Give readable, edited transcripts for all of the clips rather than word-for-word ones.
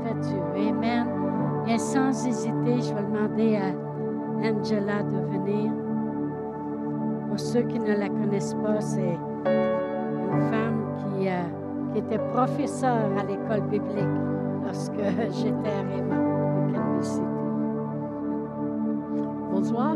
à Dieu. Amen. Bien, sans hésiter, je vais demander à Angela de venir. Pour ceux qui ne la connaissent pas, c'est une femme qui était professeure à l'école biblique lorsque j'étais à Raymond, au Canby City. Bonsoir.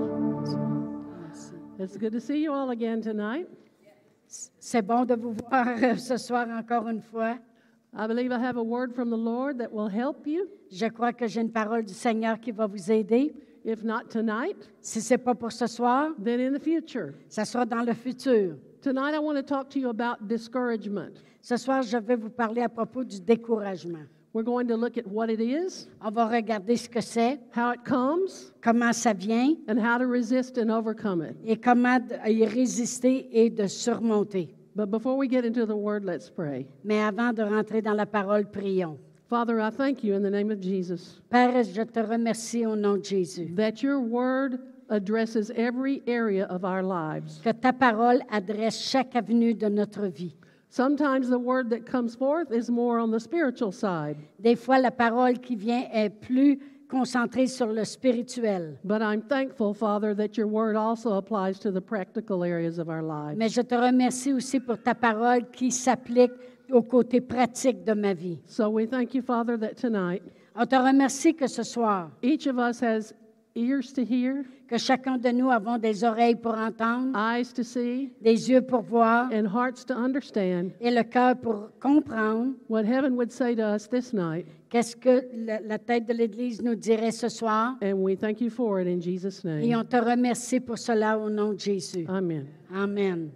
Merci. It's good to see you all again tonight. C'est bon de vous voir ce soir encore une fois. I believe I have a word from the Lord that will help you. Je crois que j'ai une parole du Seigneur qui va vous aider. If not tonight, Si ce n'est pas pour ce soir, then in the future. ça sera dans le futur. Tonight I want to talk to you about discouragement. Ce soir, je vais vous parler à propos du découragement. We're going to look at what it is, On va regarder ce que c'est, how it comes, comment ça vient and how to resist and overcome it. et comment y résister et de surmonter. But before we get into the word, let's pray. Mais avant de rentrer dans la parole, prions. Father, I thank you in the name of Jesus Père, je te remercie au nom de Jésus. that your word addresses every area of our lives. Que ta parole adresse chaque avenue de notre vie. Sometimes the word that comes forth is more on the spiritual side, Des fois, la parole qui vient est plus concentrée sur le spirituel. but I'm thankful, Father, that your word also applies to the practical areas of our lives. Mais je te remercie aussi pour ta parole qui s'applique au côté pratique de ma vie. So we thank you, Father, that tonight On te remercie que ce soir, each of us has ears to hear, que chacun de nous avons des oreilles pour entendre, eyes to see, des yeux pour voir and hearts to understand et le cœur pour comprendre what heaven would say to us this night. qu'est-ce que la tête de l'Église nous dirait ce soir. And we thank you for it in Jesus' Et name. on te remercie pour cela au nom de Jésus. Amen. Amen.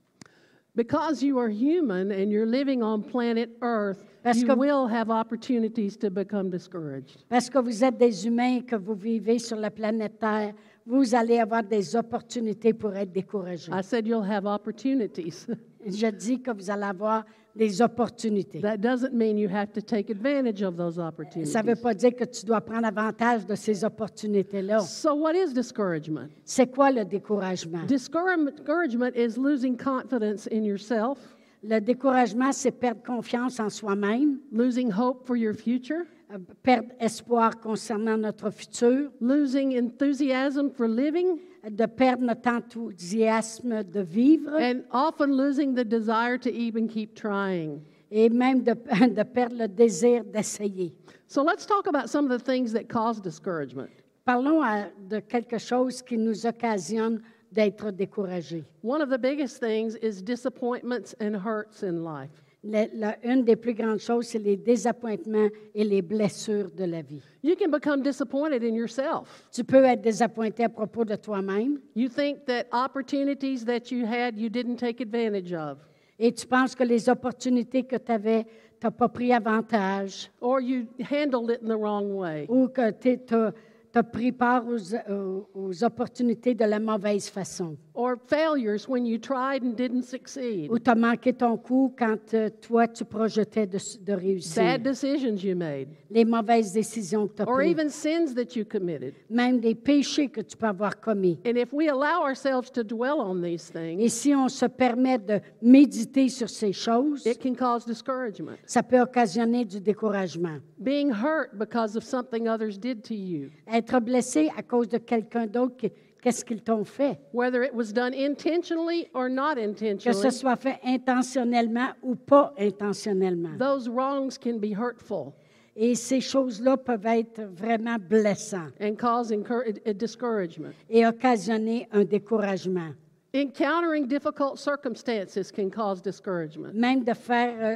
Because you are human and you're living on planet Earth, Parce you que- will have opportunities to become discouraged. Parce que vous êtes des humains et que vous vivez sur la planète Terre, vous allez avoir des opportunités pour être découragés. I said you'll have opportunities. Je dis que vous allez avoir des opportunités. That doesn't mean you have to take advantage of those opportunities. Ça ne veut pas dire que tu dois prendre avantage de ces opportunités-là. So what is discouragement? C'est quoi le découragement? Discouragement is losing confidence in yourself, Le découragement, c'est perdre confiance en soi-même, losing hope for your future, perdre espoir concernant notre futur, losing enthusiasm for living, de perdre notre enthousiasme de vivre and often losing the desire to even keep trying. et même de perdre le désir d'essayer. So let's talk about some of the things that cause discouragement. Parlons de quelque chose qui nous occasionne d'être découragés. One of the biggest things is disappointments and hurts in life. Une des plus grandes choses, c'est les désappointements et les blessures de la vie. You can become disappointed in yourself. Tu peux être désappointé à propos de toi-même You think that opportunities that you had, you didn't take advantage of. et tu penses que les opportunités que tu avais, tu n'as pas pris avantage Or you handled it in the wrong way. ou que tu as pris part aux opportunités de la mauvaise façon. Or failures when you tried and didn't succeed. Ou tu as manqué ton coup quand toi, tu projetais de réussir. Bad decisions you made. Les mauvaises décisions que tu as Or prises. even sins that you committed. Même des péchés que tu peux avoir commis. And if we allow ourselves to dwell on these Et things, si on se permet de méditer sur ces choses, it can cause discouragement. ça peut occasionner du découragement. Being hurt because of something others did to you, Être blessé à cause de quelqu'un d'autre, qu'est-ce qu'ils t'ont fait? whether it was done intentionally or not Que ce intentionally, soit fait intentionnellement ou pas intentionnellement. those wrongs can be hurtful Et ces choses-là peuvent être vraiment blessantes and cause discouragement. et occasionner un découragement. Encountering difficult circumstances can cause discouragement. Même de faire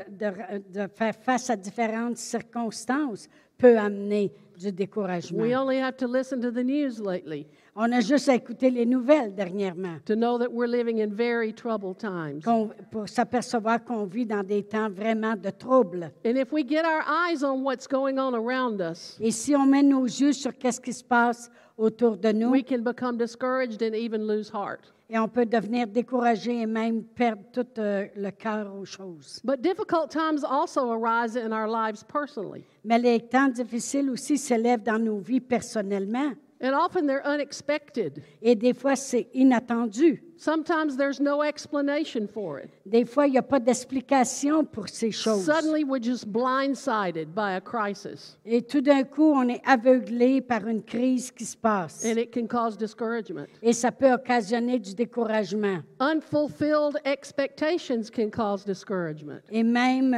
face à différentes circonstances peut amener du découragement. We only have to listen to the news lately On a juste à écouter les nouvelles dernièrement to know that we're living in very troubled times. pour s'apercevoir qu'on vit dans des temps vraiment de troubles. And if we get our eyes on what's going on around us, Et si on met nos yeux sur qu'est-ce qui se passe autour de nous, we can become discouraged and even lose heart. et on peut devenir découragé et même perdre tout le cœur aux choses. But difficult times also arise in our lives personally. Mais les temps difficiles aussi s'élèvent dans nos vies personnellement. And often they're unexpected. Et des fois, c'est inattendu. Sometimes there's no explanation for it. Des fois, il n'y a pas d'explication pour ces choses. Suddenly, we're just blindsided by a crisis, Et tout d'un coup, on est aveuglé par une crise qui se passe. and it can cause discouragement. Et ça peut occasionner du découragement. Unfulfilled expectations can cause discouragement. Et même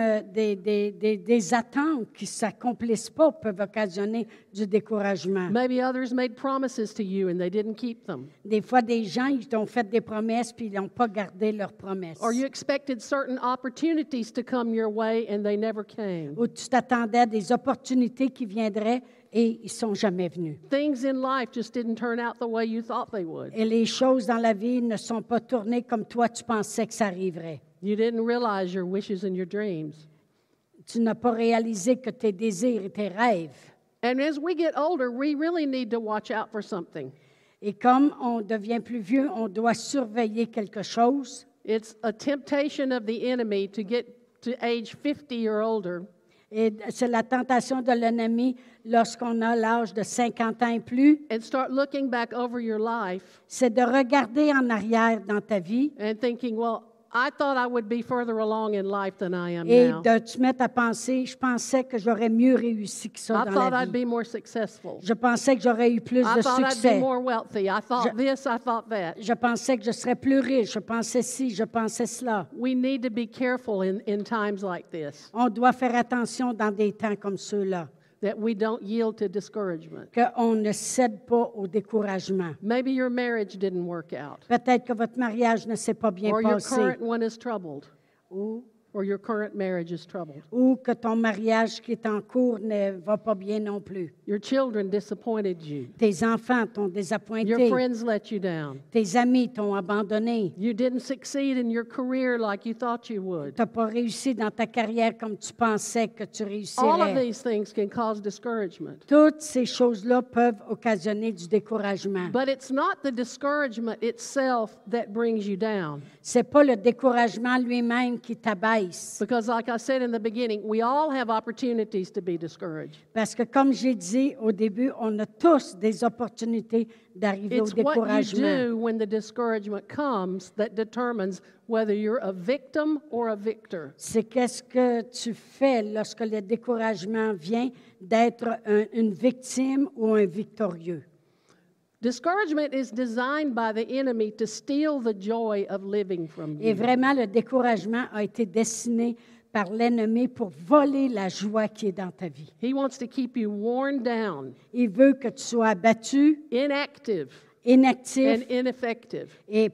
des attentes qui ne s'accomplissent pas peuvent occasionner du découragement. Maybe others made promises to you and they didn't keep them. Des fois, des gens, ils t'ont fait des promesses puis ils n'ont pas gardé leurs promesses. Or you expected certain opportunities to come your way and they never came. Ou tu t'attendais à des opportunités qui viendraient et ils ne sont jamais venus. Things in life just didn't turn out the way you thought they would. Et les choses dans la vie ne sont pas tournées comme toi, tu pensais que ça arriverait. You didn't realize your wishes and your dreams. Tu n'as pas réalisé que tes désirs et tes rêves. And as we get older, we really need to watch out for something. Et comme on devient plus vieux, on doit surveiller quelque chose. It's a temptation of the enemy to get to age 50 or older Et c'est la tentation de l'ennemi lorsqu'on a l'âge de 50 ans et plus, and start looking back over your life c'est de regarder en arrière dans ta vie and thinking, well, I thought I would be further along in life than I am et now. de te mettre à penser, je pensais que j'aurais mieux réussi que ça I dans thought la I'd vie. be more successful. Je pensais que j'aurais eu plus I de thought I'd be succès. more wealthy. I thought this, I thought that. Je pensais que je serais plus riche. Je pensais ci, je pensais cela. We need to be careful in times like this, On doit faire attention dans des temps comme ceux-là, that we don't yield to discouragement. qu'on ne cède pas au découragement. Maybe your marriage didn't work out, Peut-être que votre mariage ne s'est pas bien or your passé, current one is troubled, ou or your current marriage is troubled. que ton mariage qui est en cours ne va pas bien non plus. Your children disappointed you. Tes enfants t'ont Your désappointé. friends let you down. Tes amis t'ont abandonné. You didn't succeed in your career like you thought you would. Tu n'as pas réussi dans ta carrière comme tu pensais que tu All of réussirais. these things can cause discouragement. Toutes ces choses-là peuvent occasionner du découragement. But it's not the discouragement itself that brings you down. C'est pas le découragement lui-même qui t'abaisse. Because, like I said in the beginning, we all have opportunities to be discouraged. Parce que comme j'ai dit au début, on a tous des opportunités d'arriver au It's what you découragement. do when the discouragement comes that determines whether you're a victim or a victor. C'est qu'est-ce que tu fais lorsque le découragement vient d'être une victime ou un victorieux. Discouragement is designed by the enemy to steal the joy of living from Et you. vraiment, le découragement a été dessiné par l'ennemi pour voler la joie qui est dans ta vie. He wants to keep you worn down, Il veut que tu sois abattu, inactive, inactif and ineffective. et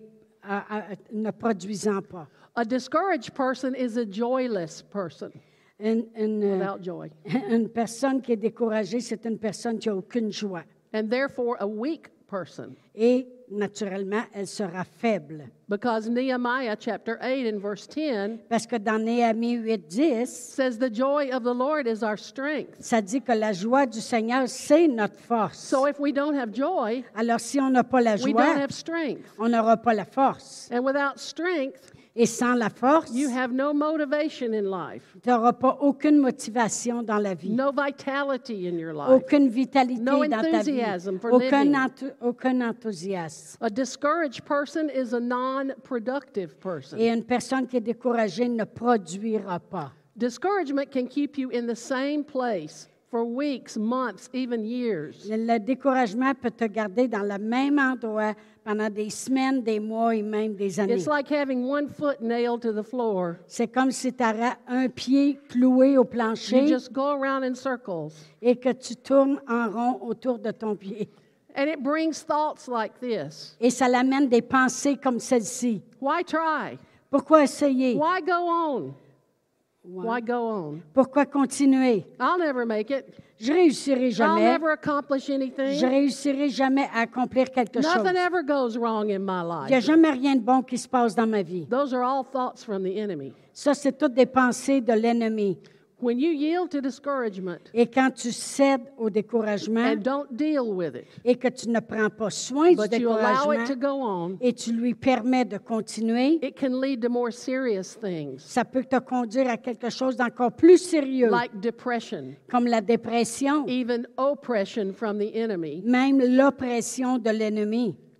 ne produisant pas. A discouraged person is a joyless person Une without joy, une personne qui est découragée, c'est une personne qui n'a aucune joie. and therefore a weak person. Et naturellement, elle sera faible. Because Nehemiah chapter 8 and verse 10 Parce que dans Néhémie 8:10, says the joy of the Lord is our strength. ça dit que la joie du Seigneur, c'est notre force. So if we don't have joy, Alors, si on n'a pas la we don't joie, have strength. on n'aura pas la force. And without strength, Et sans la force, you have no motivation in life, tu n'auras pas aucune motivation dans la vie, no vitality in your life. aucune vitalité No dans ta vie, enthusiasm for aucun, living. aucun enthousiasme. A discouraged person is a non-productive person. Et une personne qui est découragée ne produira pas. Discouragement can keep you in the same place for weeks, months, even years. Le découragement peut te garder dans le même endroit pendant des semaines, des mois et même des années. It's like having one foot nailed to the floor. C'est comme si tu avais un pied cloué au You plancher just go around in circles. et que tu tournes en rond autour de ton pied. And it brings thoughts like this. Et ça l'amène des pensées comme celle-ci. Why try? Pourquoi essayer? Why go on? Why go on? Pourquoi continuer? I'll never make it. Je réussirai I'll jamais. never accomplish Je anything. réussirai jamais à accomplir quelque chose. Nothing ever goes wrong in my Il n'y a life. jamais rien de bon qui se passe dans ma vie. Those are all thoughts from the enemy. Ça, c'est toutes des pensées de l'ennemi. When you yield to discouragement Et quand tu cèdes au découragement and don't deal with it, et que tu ne prends pas soin du but you allow it to découragement go on, et tu lui permets de continuer, it can lead to more serious things ça peut te conduire à quelque chose d'encore plus sérieux, like depression, comme la dépression, even oppression from the enemy, même l'oppression de l'ennemi.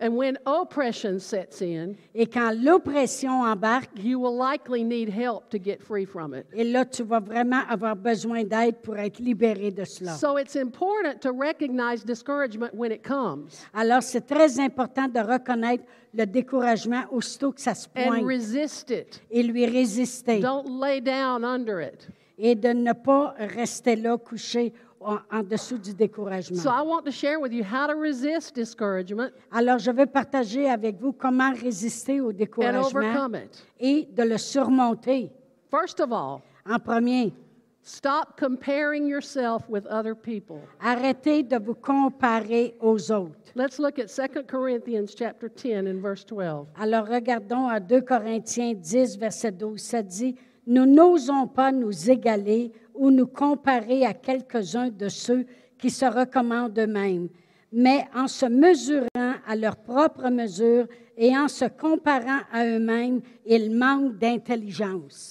And when oppression sets in, Et quand l'oppression embarque, you will likely need help to get free from it. et là, tu vas vraiment avoir besoin d'aide pour être libéré de cela. So it's important to recognize discouragement when it comes Alors, c'est très important de reconnaître le découragement aussitôt que ça se and pointe resist it. et lui résister Don't lay down under it. et de ne pas rester là couché en dessous du So découragement. I want to share with you how to resist discouragement Alors, je vais partager avec vous comment résister au and découragement overcome it. et de le surmonter. First of all, En premier, stop comparing yourself with other people. arrêtez de vous comparer aux autres. Let's look at 2 Corinthians chapter 10 and verse 12. Alors, regardons à 2 Corinthiens 10, verset 12. Ça dit, « Nous n'osons pas nous égaler ou nous comparer à quelques-uns de ceux qui se recommandent eux-mêmes, mais en se mesurant à leur propre mesure et en se comparant à eux-mêmes, ils manquent d'intelligence. »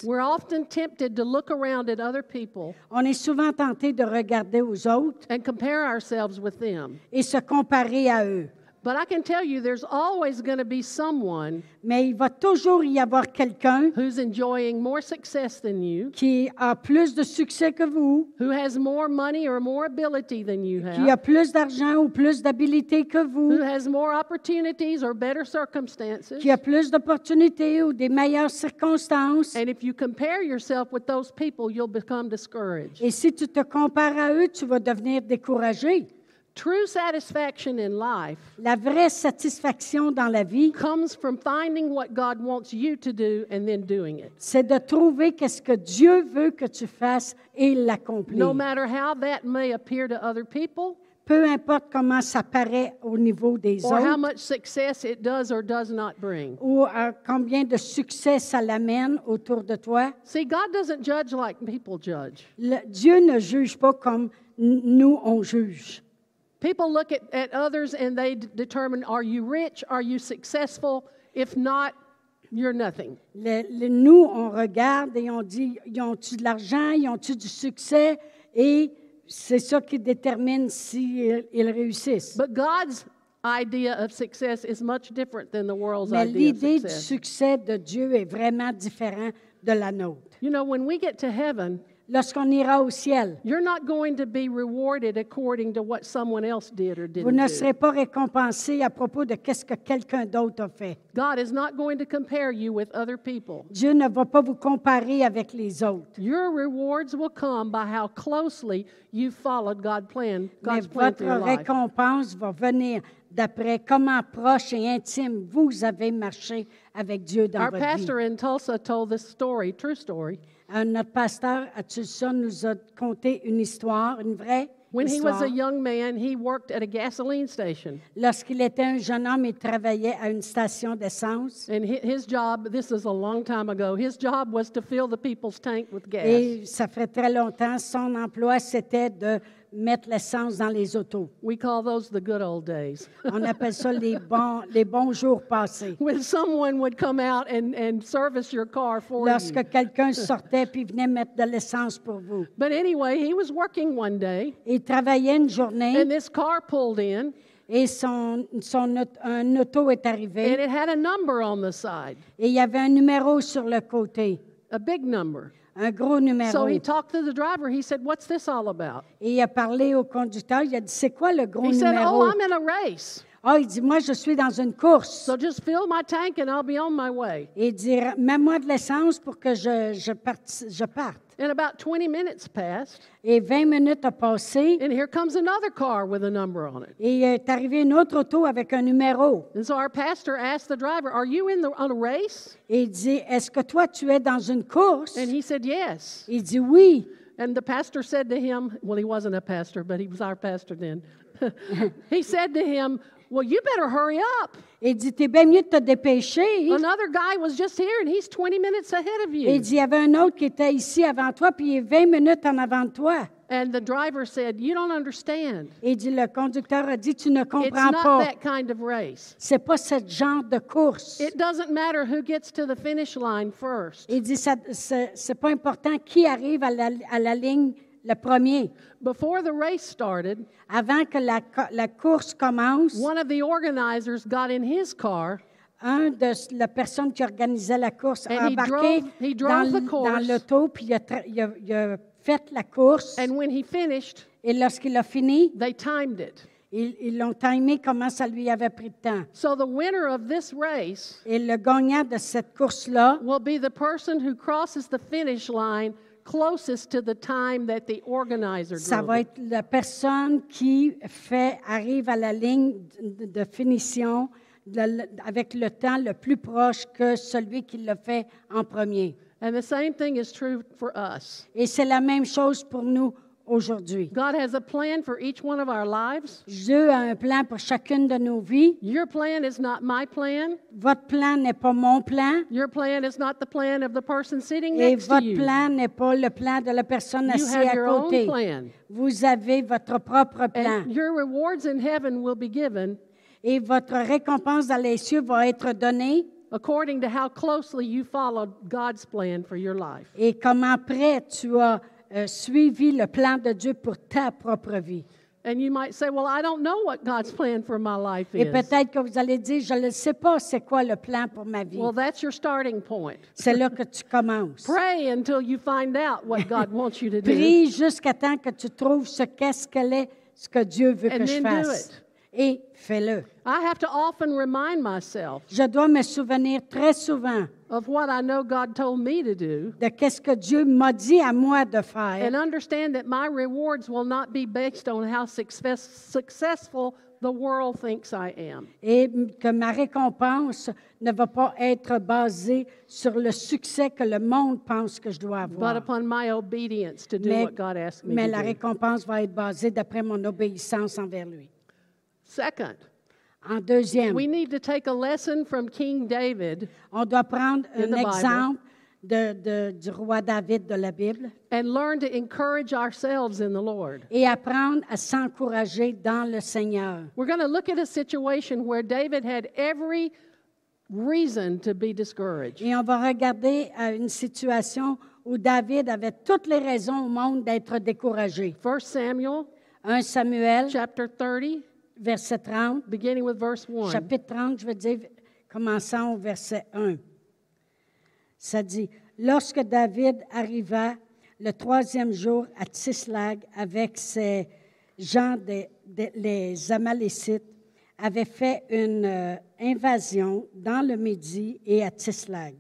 We're often tempted to look around at other people On est souvent tenté de regarder aux autres and compare ourselves with them. et se comparer à eux. But I can tell you there's always going to be someone Mais il va toujours y avoir quelqu'un who's enjoying more success than you, qui a plus de succès que vous, who has more money or more ability than you qui a have, plus d'argent ou plus d'habilité que who vous, has more opportunities or better circumstances. qui a plus d'opportunités ou des meilleures circonstances. And if you compare yourself with those people, you'll become discouraged. Et si tu te compares à eux, tu vas devenir découragé. True satisfaction in life La vraie satisfaction dans la vie, comes from finding what God wants you to do and then doing it. c'est de trouver qu'est-ce que Dieu veut que tu fasses et l'accomplir. No matter how that may appear to other people Peu importe comment ça paraît au niveau des or how autres much success it does or does not bring. ou combien de succès ça l'amène autour de toi. See, God doesn't judge like people judge. Dieu ne juge pas comme nous, on juge. People look at others and they determine, are you rich? Are you successful? If not, you're nothing. Nous, on regarde et on dit, ils ont-tu de l'argent, ils ont-tu du succès? Et c'est ça qui détermine s'ils réussissent. But God's idea of success is much different than the world's Mais idea of l'idée du success. succès de Dieu est vraiment différente de la nôtre. You know, when we get to heaven, Lorsqu'on ira au ciel, you're not going to be rewarded according to what someone else did or vous didn't ne do. serez pas récompensé à propos de qu'est-ce que quelqu'un d'autre a fait. God is not going to compare you with other people. Dieu ne va pas vous comparer avec les autres. Your rewards will come by how closely you followed Mais God's plan for your votre life. récompense va venir d'après comment proche et intime vous avez marché avec Dieu dans Our votre vie. pastor in Tulsa told this story, true story. Notre pasteur à Tulsa nous a conté une histoire, une vraie When he was histoire. a young man, he worked at a gasoline station. Lorsqu'il était un jeune homme, il travaillait à une station d'essence. And his job, this is a long time ago, his job was to fill the people's tank with gas. Et ça fait très longtemps, son emploi, c'était de mettre l'essence dans les autos. We call those the good old days. On appelle ça les bons jours passés. When someone would come out and service your car for you. Lorsque quelqu'un sortait puis venait mettre de l'essence pour vous. But anyway, he was working one day, Il travaillait une journée and this car pulled in, et un auto est and arrivé it had a number on the side, et il y avait un numéro sur le côté, a big number. un gros So numéro. he talked to the driver. He said, "What's this all about?" Et il a parlé au conducteur, il a dit, c'est quoi le gros He said, numéro? "Oh, I'm in a race. Ah, il dit, moi, je suis dans une course. So just fill my tank and I'll be on my way." Et il dit, mets-moi de l'essence pour que je parte. And about 20 minutes passed, Et 20 minutes ont passé and here comes another car with a number on it. et il est arrivé une autre auto avec un numéro. And so our pastor asked the driver, "Are you on a race?" Et il dit, est-ce que toi, tu es dans une course? And he said, "Yes." Il dit, oui. And the pastor said to him, well, he wasn't a pastor, but he was our pastor then. He said to him, "Well, you better hurry up. Et il dit, t'es bien mieux de te dépêcher. Another guy was just here and he's 20 minutes ahead of Et il you." dit, il y avait un autre qui était ici avant toi, puis il est 20 minutes en avant de toi. And the driver said, "You don't understand. Et il dit, le conducteur a dit, tu ne It's comprends not pas. that kind of race. C'est pas ce genre de course. It doesn't matter who gets to the finish line first. Il dit, c'est pas important qui arrive à la ligne le premier. Before the race started, Avant que la course commence, one of the organizers got in his car la personne qui organisait la course a And he embarqué drove the course. dans l'auto, puis il a fait la course. and when he finished, Et lorsqu'il a fini, they timed it. ils l'ont timé comment ça lui avait pris de temps. So the winner of this race Et le gagnant de cette course-là, will be the person who crosses the finish line closest to the time that the organizer ça drove va it. être la personne qui arrive à la ligne de finition avec le temps le plus proche que celui qui l'a fait en premier. And the same thing is true for us. Et c'est la même chose pour nous aujourd'hui. God has a plan for each one of our lives. Dieu a un plan pour chacune de nos vies. Your plan is not my plan. Votre plan n'est pas mon plan. Your plan is not the plan of the person sitting Et next to votre you. plan n'est pas le plan de la personne You assise have à your own côté. plan. Vous avez votre propre plan. And your rewards in heaven will be given Et votre récompense dans les cieux va être donnée. according to how closely you followed God's plan for your life. Et comment près tu as suivi le plan de Dieu pour ta propre vie. And you might say, well, I don't know what God's plan for my life Et is. peut-être que vous allez dire, je ne sais pas c'est quoi le plan pour ma vie. Well, that's your starting point. C'est là que tu commences. Pray until you find out what God wants you to do. Prie jusqu'à temps que tu trouves ce que Dieu veut And que je then do fasse. it. Et fais-le. I have to often remind myself Je dois me souvenir très souvent of what I know God told me to do de qu'est-ce que Dieu m'a dit à moi de faire. and understand that my rewards will not be based on how successful the world thinks I am. Et que ma récompense ne va pas être basée sur le succès que le monde pense que je dois But avoir. upon my obedience to do Mais, what God asked me mais to la do. récompense va être basée d'après mon obéissance envers lui. Second, En deuxième, we need to take a lesson from King David on doit prendre In un the Bible. exemple du roi David de la Bible and learn to encourage ourselves in the Lord. et apprendre à s'encourager dans le Seigneur. We're going to look at a situation where David had every reason to be discouraged. Et on va regarder une situation où David avait toutes les raisons au monde d'être découragé. 1 Samuel 1 Samuel, chapter 30, verset 30, beginning with verse 1. chapitre 30, je veux dire, commençons au verset 1. Ça dit, lorsque David arriva le 3e jour à Tsiklag avec ses gens, les Amalécites, avaient fait une invasion dans le Midi et à Tsiklag.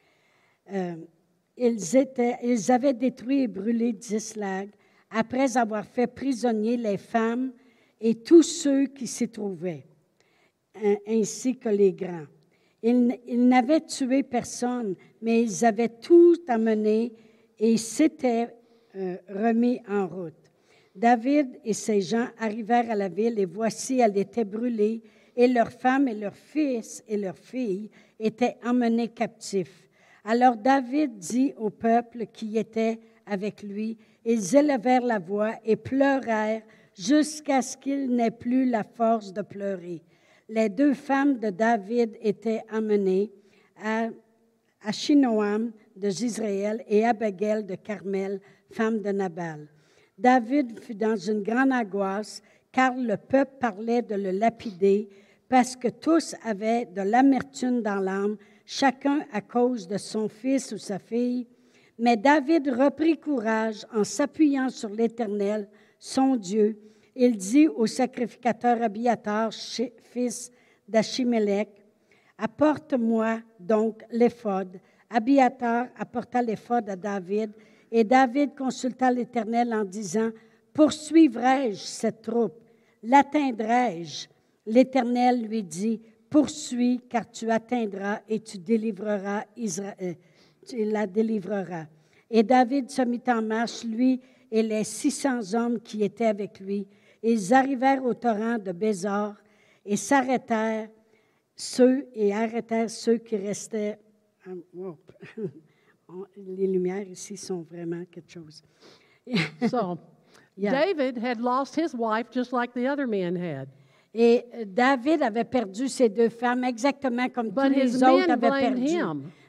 Ils avaient détruit et brûlé Tsiklag après avoir fait prisonnier les femmes et tous ceux qui s'y trouvaient, ainsi que les grands. Ils n'avaient tué personne, mais ils avaient tout amené et s'étaient remis en route. David et ses gens arrivèrent à la ville et voici, elle était brûlée et leurs femmes et leurs fils et leurs filles étaient emmenés captifs. Alors David dit au peuple qui était avec lui, ils élevèrent la voix et pleurèrent jusqu'à ce qu'ils n'aient plus la force de pleurer. Les 2 femmes de David étaient emmenées, Achinoam de Jizréel et Abigail de Carmel, femme de Nabal. David fut dans une grande angoisse, car le peuple parlait de le lapider, parce que tous avaient de l'amertume dans l'âme, chacun à cause de son fils ou sa fille. Mais David reprit courage en s'appuyant sur l'Éternel, son Dieu. Il dit au sacrificateur Abiatar, fils d'Achimélec, « Apporte-moi donc l'éphod. » Abiatar apporta l'éphod à David, et David consulta l'Éternel en disant, « Poursuivrai-je cette troupe? L'atteindrai-je? » L'Éternel lui dit, « Poursuis, car tu atteindras et tu délivreras Israël. Tu la délivreras. » Et David se mit en marche, lui et les 600 hommes qui étaient avec lui. Ils arrivèrent au torrent de Bézor et arrêtèrent ceux qui restaient. Les lumières ici sont vraiment quelque chose. So, Yeah. David had lost his wife just like the other men had. Et David avait perdu ses 2 femmes exactement comme But tous his les autres men avaient blamed perdu. him.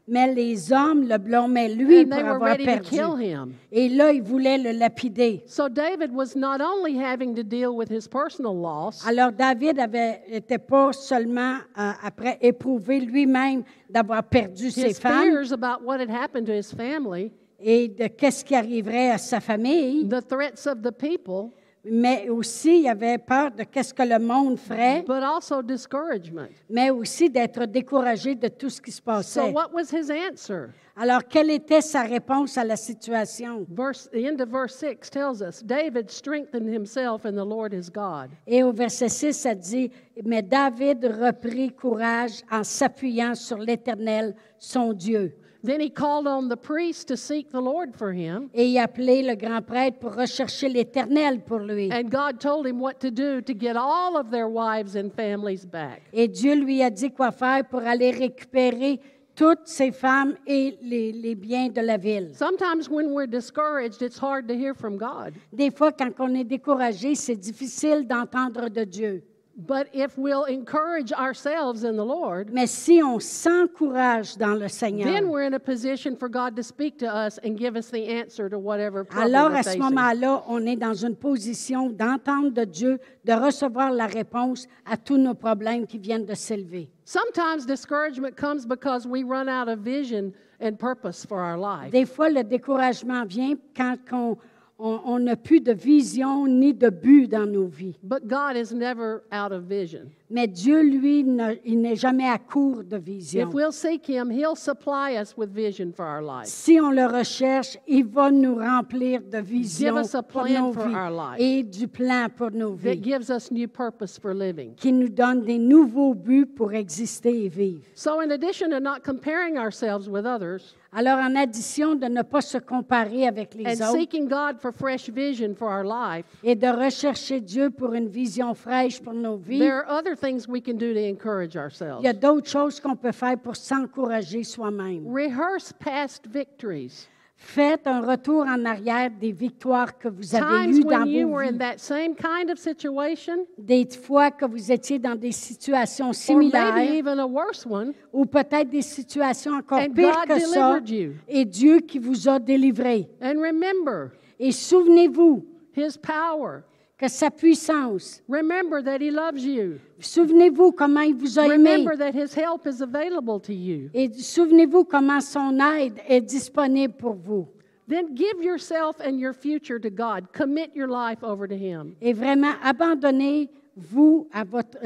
Mais les hommes le blâmaient lui and pour they were avoir ready to perdu. kill him. Et là, ils voulaient le lapider. So David was not only having to deal with his personal loss, Alors David n'était pas seulement après éprouvé lui-même d'avoir perdu ses his femmes fears about what had happened to his family, et de qu'est-ce qui arriverait à sa famille, the threats of the people, mais aussi il avait peur de qu'est-ce que le monde ferait, but also discouragement. mais aussi d'être découragé de tout ce qui se So passait. what was his answer? Alors, quelle était sa réponse à la situation? The end of verse 6 tells us, David strengthened himself in the Lord his God. Et au verset 6, ça dit, « Mais David reprit courage en s'appuyant sur l'Éternel, son Dieu. Then he called on the priests to seek the Lord for him, Et il appelait le grand prêtre pour rechercher l'Éternel pour lui. and God told him what to do to get all of their wives and families back. Et Dieu lui a dit quoi faire pour aller récupérer toutes ses femmes et les biens de la ville. Sometimes when we're discouraged, it's hard to hear from God. Des fois, quand on est découragé, c'est difficile d'entendre de Dieu. But if we'll encourage ourselves in the Lord, Mais si on s'encourage dans le Seigneur, then we're in a position for God to speak to us and give us the answer to whatever problem alors we're à ce facing. moment-là, on est dans une position d'entendre de Dieu, de recevoir la réponse à tous nos problèmes qui viennent de s'élever. Sometimes discouragement comes because we run out of vision and purpose for our life. Des fois, le découragement vient quand on n'a plus de vision ni de but dans nos vies. But God is never out of vision. Mais Dieu, lui, il n'est jamais à court de If vision. we'll seek Him, He'll supply us with vision for our life. Si on le recherche, il va nous remplir de vision Give us a pour plan nos for vies our life. et du plan pour nos That vies, gives us new purpose for living. qui nous donne des nouveaux buts pour exister et vivre. So, in addition to not comparing ourselves with others Alors, en addition de ne pas se comparer avec les and autres seeking God for fresh vision for our life, et de rechercher Dieu pour une vision fraîche pour nos vies, there are other things we can do to encourage ourselves. il y a d'autres choses qu'on peut faire pour s'encourager soi-même. Rehearse past victories. Faites un retour en arrière des victoires que vous avez Times eues dans when you vos were in vies, that same kind of situation, des fois que vous étiez dans des situations or maybe similaires even a worse one, ou peut-être des situations encore and pires God que ça, delivered you. et Dieu qui vous a délivré. And remember Et souvenez-vous His power. que sa puissance, Remember that He loves you. souvenez-vous comment il vous a aimé. Remember that His help is available to you. Et souvenez-vous comment son aide est disponible pour vous. Then give yourself and your future to God. Commit your life over to Him. Et vraiment, abandonnez-vous à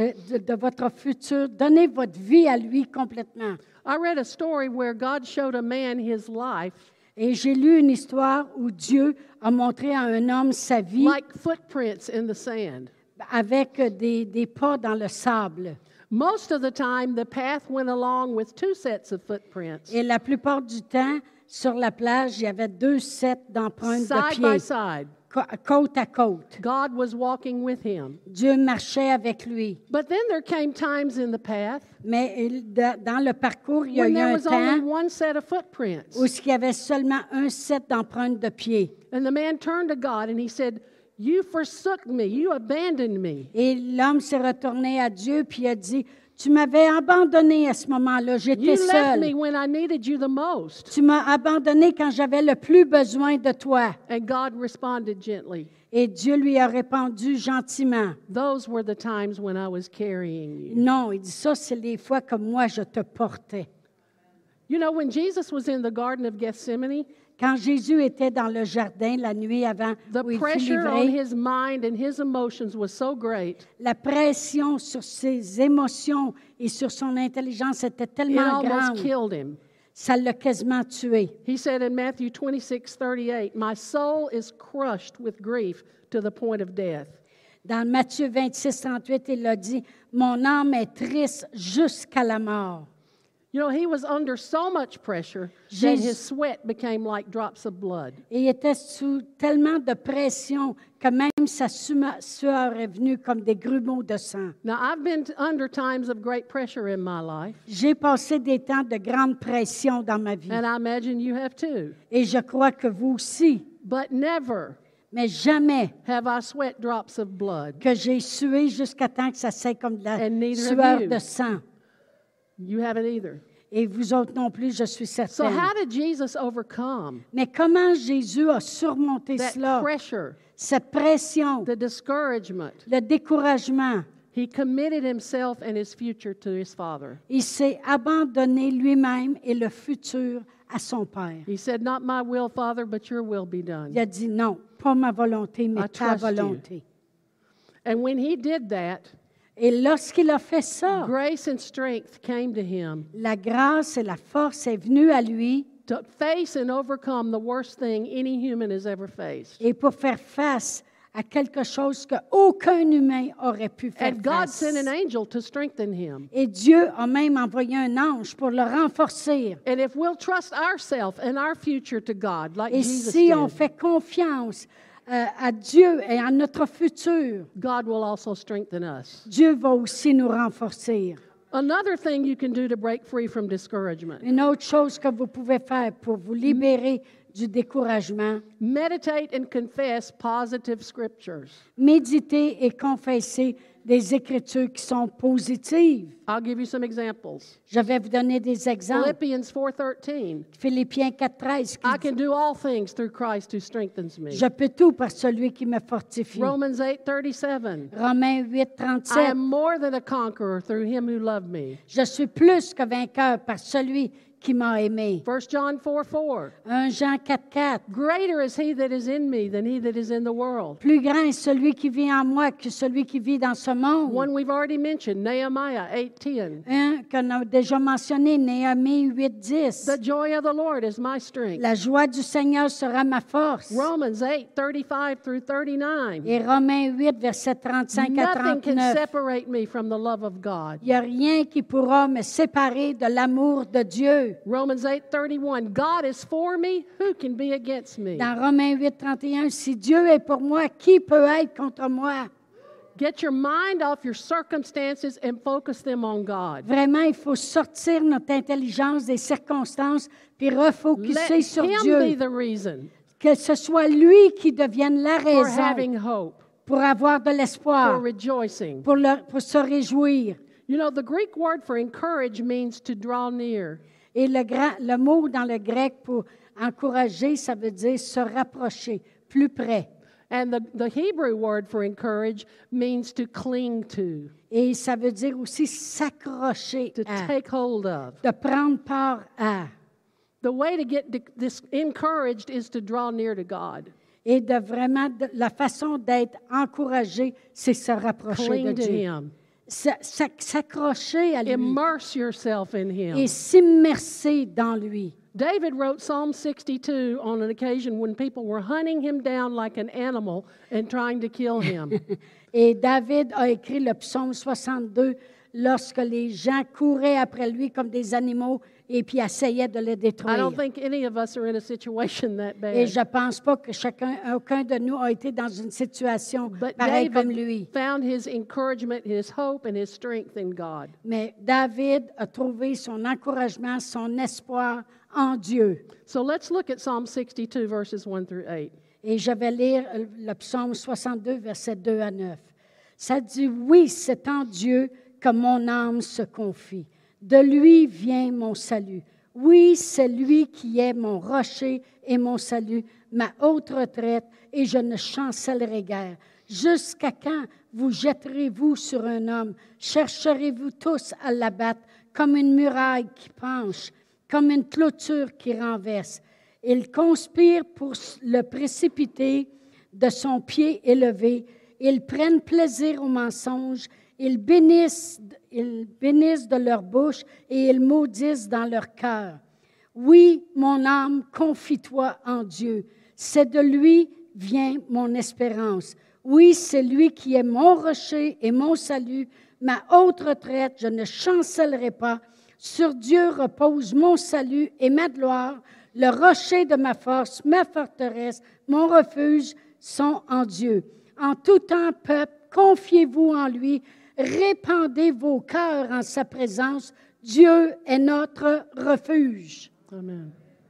de votre futur. Donnez votre vie à lui complètement. I read a story where God showed a man his life Et j'ai lu une histoire où Dieu a montré à un homme sa vie like footprints in the sand. avec des pas dans le sable. Most of the time, the path went along with two sets of footprints, Et la plupart du temps, sur la plage, il y avait 2 sets d'empreintes de side by pieds, side. côte à côte. God was walking with him. Dieu marchait avec lui. But then there came times in the path Mais dans le parcours, il y a when eu there un was only temps one set of footprints. où il y avait seulement un set d'empreintes de pieds. And the man turned to God and he said, "You forsook me, you abandoned me. Et l'homme s'est retourné à Dieu puis il a dit, tu m'avais abandonné à ce moment-là, You j'étais left seul. me when I needed you the most." Tu m'as abandonné quand j'avais le plus besoin de toi. And God responded gently, Et Dieu lui a répondu gentiment. "Those were the times when I was carrying you." Non, il dit ça, c'est les fois que moi je te portais. You know, when Jesus was in the Garden of Gethsemane, Quand Jésus était dans le jardin la nuit avant the où il fut pressure on livré, his mind and his emotions was so great, la pression sur ses émotions et sur son intelligence était it tellement almost grande, killed him. ça l'a quasiment tué. He said in Matthew 26:38, "My soul is crushed with grief to the point of death." Dans Matthieu 26, 38, il a dit, mon âme est triste jusqu'à la mort. You know, he was under so much pressure that Jésus- his sweat became like drops of blood. Et il était sous tellement de pression que même sa sueur est venue comme des grumeaux de sang. Now, I've been under times of great pressure in my life, J'ai passé des temps de grande pression dans ma vie. and I imagine you have too. Et je crois que vous aussi. But never Mais jamais have I sweat drops of blood. que j'ai sué jusqu'à temps que ça sait comme de la And neither have sueur you. de sang. You haven't either. Et vous autres non plus, je suis So certaine. how did Jesus overcome Mais comment Jésus a surmonté that cela? pressure, Cette pression, the discouragement? le découragement. He committed himself and his future to his Father. Il s'est abandonné lui-même et le futur à son Père. He said, "Not my will, Father, but your will be done." Il a dit non, pas ma volonté, mais I ta trust you. volonté. And when he did that, Et lorsqu'il a fait ça, grace and strength came to him la grâce et la force est venue à lui to face and overcome the worst thing any human has ever faced. et pour faire face à quelque chose qu'aucun humain aurait pu faire And God face. sent an angel to strengthen him. Et Dieu a même envoyé un ange pour le renforcer. And if we'll trust ourselves and our future to God, like Et Jesus si on did, fait confiance à Dieu et à notre futur, God will also strengthen us. Dieu va aussi nous renforcer. Another thing you can do to break free from discouragement: Une autre chose que vous pouvez faire pour vous libérer du découragement, meditate and confess positive scriptures. méditer et confesser des écritures qui sont positives. I'll give you some examples. Je vais vous donner des exemples. Philippians 4:13. Philippiens 4,13 qui I dit, can do all things through Christ who strengthens me. je peux tout par celui qui me fortifie. Romans 8:37. Romains 8, I 37. am more than a conqueror through him who loved me. Je suis plus que vainqueur par celui qui m'a aimé. 1 John 4:4. 1 Jean 4, 4. Greater is he that is in me than he that is in the world. Plus grand est celui qui vit en moi que celui qui vit dans ce monde. One we've already mentioned, Nehemiah 8:10. Un qu'on a déjà mentionné, Néhémie 8, 10. The joy of the Lord is my strength. La joie du Seigneur sera ma force. Romans 8:35 through 39. Et Romains 8, versets 35 à Nothing can 39. separate me from the love of God. Il n'y a rien qui pourra me séparer de l'amour de Dieu. Romans 8:31. God is for me, who can be against me? Dans Romains 8, 31, si Dieu est pour moi, qui peut être contre moi? Get your mind off your circumstances and focus them on God. Vraiment, il faut sortir notre intelligence des circonstances puis refocuser Let sur him be Dieu. the reason Que ce soit lui qui devienne la for raison having hope, pour avoir de for l'espoir, rejoicing. pour se réjouir. You know, the Greek word for encourage means to draw near. Et le mot dans le grec pour encourager, ça veut dire se rapprocher, plus près. And the Hebrew word for encourage means to cling to, Et ça veut dire aussi s'accrocher to à, take hold of. de prendre part à. The way to get this encouraged is to draw near to God. Et de vraiment, la façon d'être encouragé, c'est se rapprocher de Cling to Dieu. Him. S'accrocher à lui Immerse yourself in Him. et s'immerser dans lui. David wrote Psalm 62 on an occasion when people were hunting him down like an animal and trying to kill him. Et David a écrit le psaume 62 lorsque les gens couraient après lui comme des animaux et puis essayaient de le I détruire. don't think any of us are in a situation that Et bad. je ne pense pas que aucun de nous a été dans une situation But pareille comme David lui. found his encouragement, his hope, and his strength in God. Mais David a trouvé son encouragement, son espoir en Dieu. So let's look at Psalm 62, verses 1 through 8. Et je vais lire le psaume 62, versets 2 à 9. Ça dit, oui, c'est en Dieu que mon âme se confie. De lui vient mon salut. Oui, c'est lui qui est mon rocher et mon salut, ma haute retraite, et je ne chancellerai guère. Jusqu'à quand vous jetterez-vous sur un homme? Chercherez-vous tous à l'abattre comme une muraille qui penche, comme une clôture qui renverse? Il conspire pour le précipiter de son pied élevé. Ils prennent plaisir au mensonge. Ils bénissent de leur bouche et ils maudissent dans leur cœur. Oui, mon âme, confie-toi en Dieu. C'est de lui vient mon espérance. Oui, c'est lui qui est mon rocher et mon salut, ma haute retraite. Je ne chancellerai pas. Sur Dieu repose mon salut et ma gloire. Le rocher de ma force, ma forteresse, mon refuge sont en Dieu. En tout temps, peuple, confiez-vous en lui. Répandez vos cœurs en sa présence. Dieu est notre refuge. Amen.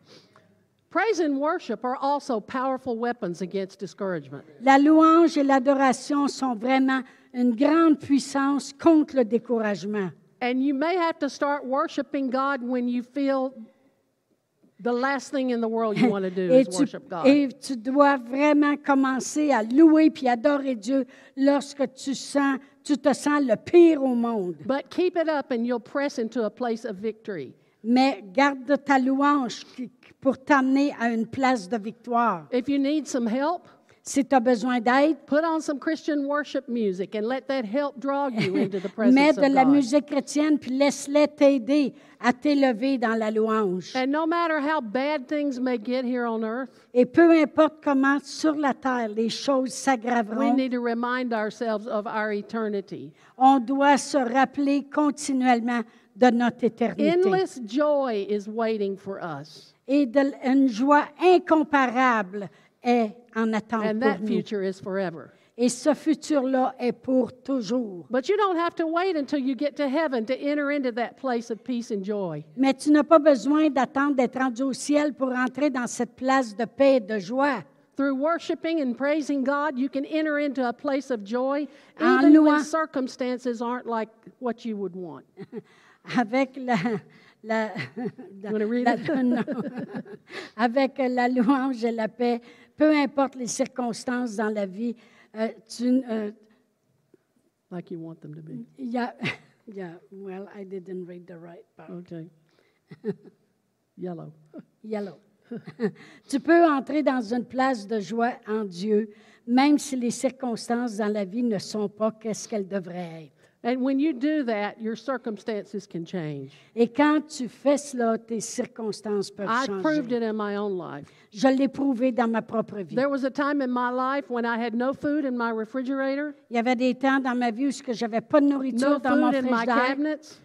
Praise and worship are also powerful weapons against discouragement. La louange et l'adoration sont vraiment une grande puissance contre le découragement. And you may have to start worshiping God when you feel the last thing in the world you want to do is worship God. Et tu dois vraiment commencer à louer puis adorer Dieu lorsque tu te sens le pire au monde. But keep it up and you'll press into a place of victory. Mais garde ta louange pour t'amener à une place de victoire. If you need some help, Si tu as besoin d'aide, put on some Christian worship music and let that help draw you into the mets presence de of la God. musique chrétienne puis laisse-les t'aider à t'élever dans la louange. And no matter how bad things may get here on earth, Et peu importe comment sur la terre les choses we s'aggraveront, need to remind ourselves of our eternity. on doit se rappeler continuellement de notre éternité. Endless joy is waiting for us. Et une joie incomparable est en attente And pour that nous. future is forever. Et ce futur-là est pour toujours. But you don't have to wait until you get to heaven to enter into that place of peace and joy. Mais tu n'as pas besoin d'attendre d'être rendu au ciel pour entrer dans cette place de paix et de joie. Through worshiping and praising God, you can enter into a place of joy En even louant- when circumstances aren't like what you would want. Avec la, You want to read it? non. Avec la louange et la paix, peu importe les circonstances dans la vie, Like you want them to be. yeah, well, I didn't read the right part. Okay. Yellow. Yellow. Tu peux entrer dans une place de joie en Dieu, même si les circonstances dans la vie ne sont pas qu'est-ce qu'elles devraient être. And when you do that, your circumstances can change. Et quand tu fais cela, tes circonstances peuvent I proved changer. it in my own life. Je l'ai prouvé dans ma propre vie. There was a time in my life when I had no food in my refrigerator, Il y avait des temps dans ma vie où je n'avais pas de nourriture no dans mon food in my frigidaire, cabinets.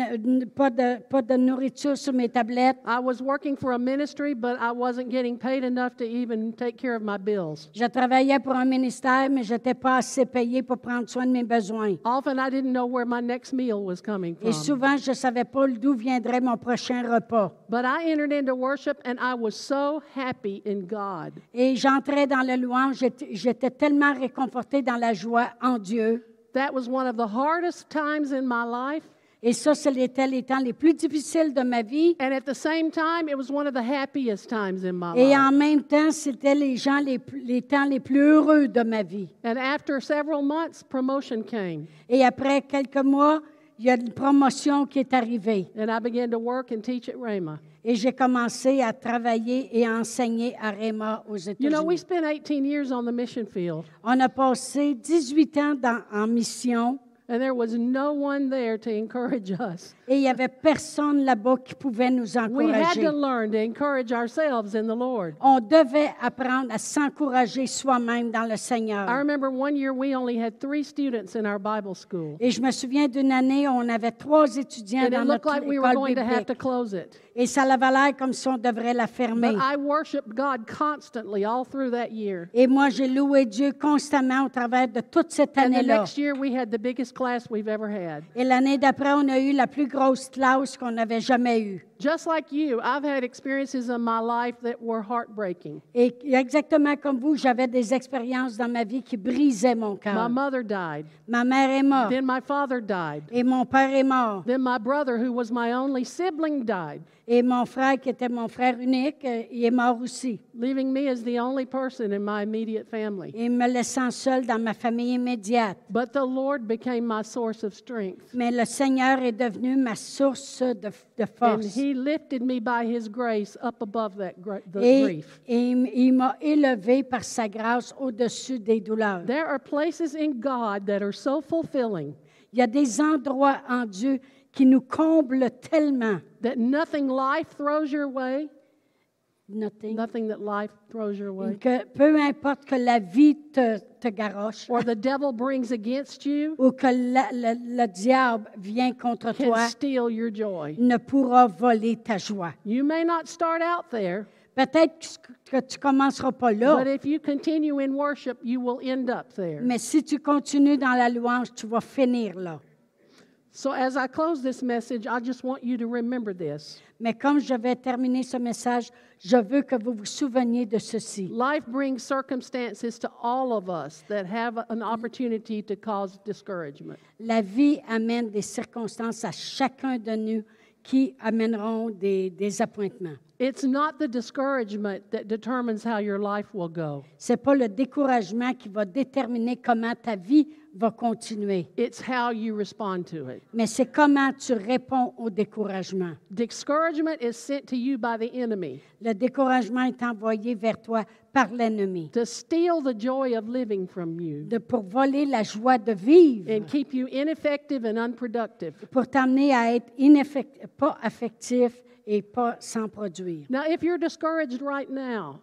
pas de nourriture sur mes tablettes. I was working for a ministry, but I wasn't getting paid enough to even take care of my bills. Je travaillais pour un ministère, mais je n'étais pas assez payée pour prendre soin de mes besoins. Often I didn't know where my next meal was coming Et from. souvent, je ne savais pas d'où viendrait mon prochain repas. But I entered into worship and I was so happy in God. Et j'entrais dans la louange, j'étais tellement réconfortée dans la joie en Dieu. That was one of the hardest times in my life. Et ça, c'était les temps les plus difficiles de ma vie. And at the same time, it was one of the happiest times in my Et life. en même temps, c'était les temps les plus heureux de ma vie. And after several months, promotion came. Et après quelques mois, il y a une promotion qui est arrivée. And I began to work and teach at Rhema. Et j'ai commencé à travailler et à enseigner à Rhema aux You know, we États-Unis. spent 18 years on the mission field, On a passé 18 ans en mission and there was no one there to encourage us. et il n'y avait personne là-bas qui pouvait nous We had encourager. to learn to encourage ourselves in the Lord. On devait apprendre à s'encourager soi-même dans le I Seigneur. remember one year we only had 3 students in our Bible school. Et je me souviens d'une année où on avait 3 étudiants And dans it looked notre like we were école going to have biblique. to close it. Et ça avait l'air comme si on devrait la fermer. But I worshiped God constantly all through that year. Et moi, j'ai loué Dieu constamment au travers de toute cette And the année-là. next year we had the biggest class we've ever had. Et l'année d'après, on a eu la plus grosse classe qu'on n'avait jamais eue. Just like you, I've had experiences in my life that were heartbreaking. Et exactement comme vous, j'avais des expériences dans ma vie qui brisaient mon My cœur. mother died. Ma mère est morte Then my father died. et mon père est mort. Then my brother, who was my only sibling, died, Et mon frère, qui était mon frère unique, il est mort aussi. leaving me as the only person in my immediate family. Et me laissant seul dans ma famille immédiate. But the Lord became my source of strength. Mais le Seigneur est devenu ma source de And force. He lifted me by His grace up above the Et grief. il m'a élevé par sa grâce au-dessus des douleurs. There are places in God that are so fulfilling Il y a des endroits en Dieu qui nous comblent tellement. that nothing life throws your way, Nothing. nothing that life throws your way, Que peu importe que la vie te garoche or the devil brings against you, ou que le diable vient contre can toi, steal your joy. ne pourra voler ta joie. You may not start out there, Peut-être que tu ne commenceras pas là, but if you continue in worship, you will end up there. mais si tu continues dans la louange, tu vas finir là. So as I close this message, I just want you to remember this. Mais comme je vais terminer ce message, je veux que vous vous souveniez de ceci. Life brings circumstances to all of us that have an opportunity to cause discouragement. La vie amène des circonstances à chacun de nous qui amèneront des appointements. It's not the discouragement that determines how your life will go. C'est pas le découragement qui va déterminer comment ta vie va continuer, It's how you respond to it. mais c'est comment tu réponds au découragement. Discouragement is sent to you by the enemy Le découragement est envoyé vers toi par l'ennemi to steal the joy of living from you pour voler la joie de vivre, and keep you ineffective and unproductive. pour t'amener à être pas affectif et pas sans produire. Now, if you're discouraged right now,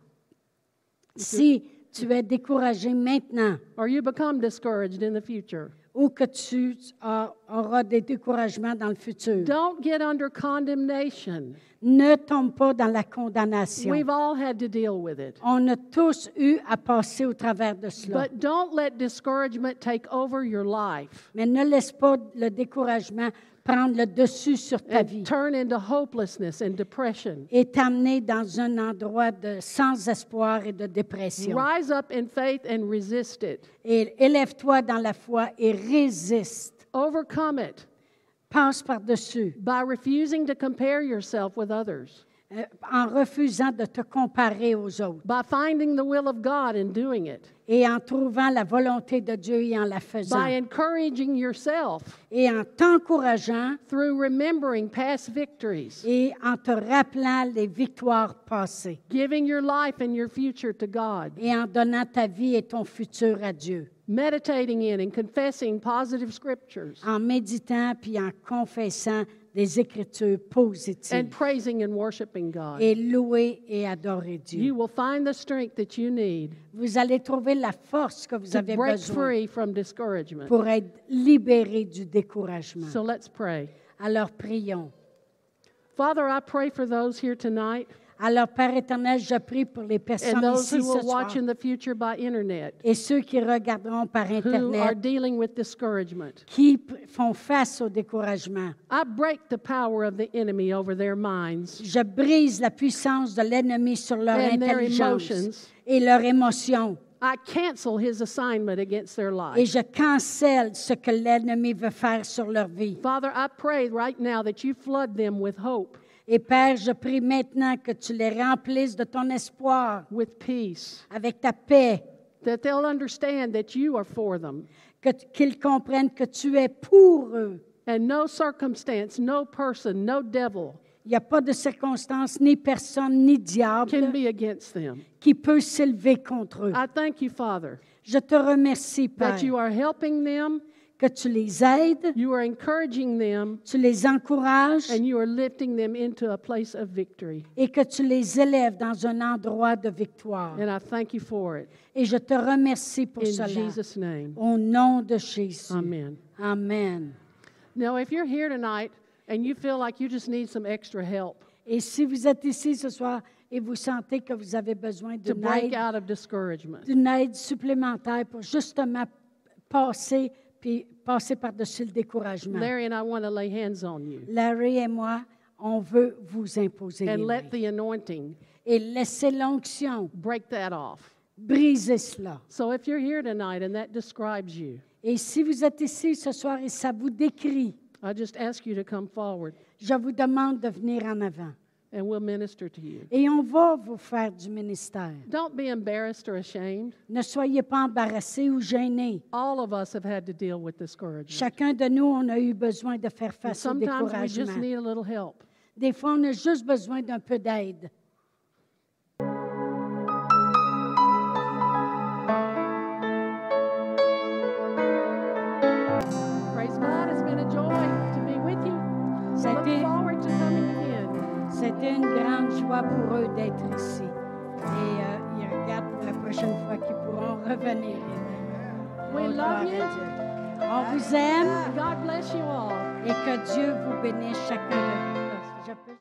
Si tu es découragé maintenant or you become discouraged in the future, ou que tu auras des découragements dans le futur, don't get under condemnation. ne tombe pas dans la condamnation. We've all had to deal with it. On a tous eu à passer au travers de cela. But don't let discouragement take over your life Mais ne laisse pas le découragement prendre le dessus sur ta vie and turn into hopelessness and depression. et t'amener dans un endroit de sans espoir et de dépression. Rise up in faith and resist it. Et élève-toi dans la foi et résiste. Overcome it Passe par-dessus by refusing to compare yourself with others, en refusant de te comparer aux autres by finding the will of God and doing it, et en trouvant la volonté de Dieu et en la faisant by encouraging yourself et en t'encourageant through remembering past victories, et en te rappelant les victoires passées giving your life and your future to God, et en donnant ta vie et ton futur à Dieu, meditating in and confessing positive scriptures, en méditant puis en confessant des écritures and positives praising and worshiping God. et louer et adorer Dieu. You will find the strength that you need Vous allez trouver la force que vous to avez break besoin free from discouragement. pour être libéré du découragement. So let's pray. Alors prions. Father, I pray for those here tonight Alors Père éternel, je prie pour les and personnes those ici who ce will soir watch in the future by internet et ceux qui regarderont par who are Internet dealing with discouragement. qui font face au découragement. I break the power of the enemy over their minds Je brise la puissance de l'ennemi sur leur and their intelligence emotions. et leur émotion. I cancel his assignment against their Et life. je cancelle ce que l'ennemi veut faire sur leur vie. Father, I pray right now that you flood them with hope, Et Père, je prie maintenant que tu les remplisses de ton espoir, with peace, avec ta paix, that they'll understand that you are for them. qu'ils comprennent que tu es pour eux. And no circumstance, no person, no devil Il n'y a pas de circonstance, ni personne, ni diable can be against them. qui peut s'élever contre eux. I thank you, Father, Je te remercie, Père, that you are helping them, que tu les aides, you are encouraging them, tu les encourages and you are lifting them into a place of victory. et que tu les élèves dans un endroit de victoire. And I thank you for it. Et je te remercie pour In cela. Jesus' name, Au nom de Jésus. amen. Amen. Now, if you're here tonight and you feel like you just need some extra help Et si vous êtes ici ce soir et vous sentez que vous avez besoin to break d'une out of discouragement, aide supplémentaire pour justement passer par-dessus le découragement, Larry and I want to lay hands on you Larry et moi, on veut vous imposer les and mains. let the anointing Et laisser l'onction break that off. briser cela. So if you're here tonight and that describes you, Et si vous êtes ici ce soir et ça vous décrit, I just ask you to come forward je vous demande de venir en avant. and we'll minister to you. Et on va vous faire du ministère. Don't be embarrassed or ashamed. Ne soyez pas embarrassés ou gênés. All of us have had to deal with discouragement. Chacun de nous, on a eu besoin de faire And face au sometimes we just découragement. need a little help. Des fois, on a juste besoin d'un peu d'aide. Praise God. It's been a joy to be with you. Look forward to coming again. C'était une grande joie pour eux d'être ici. Et ils regardent la prochaine fois qu'ils pourront revenir. We Oh, love gloire à you. Dieu. On vous aime God bless you all. et que Dieu vous bénisse chacun de vous. Je peux-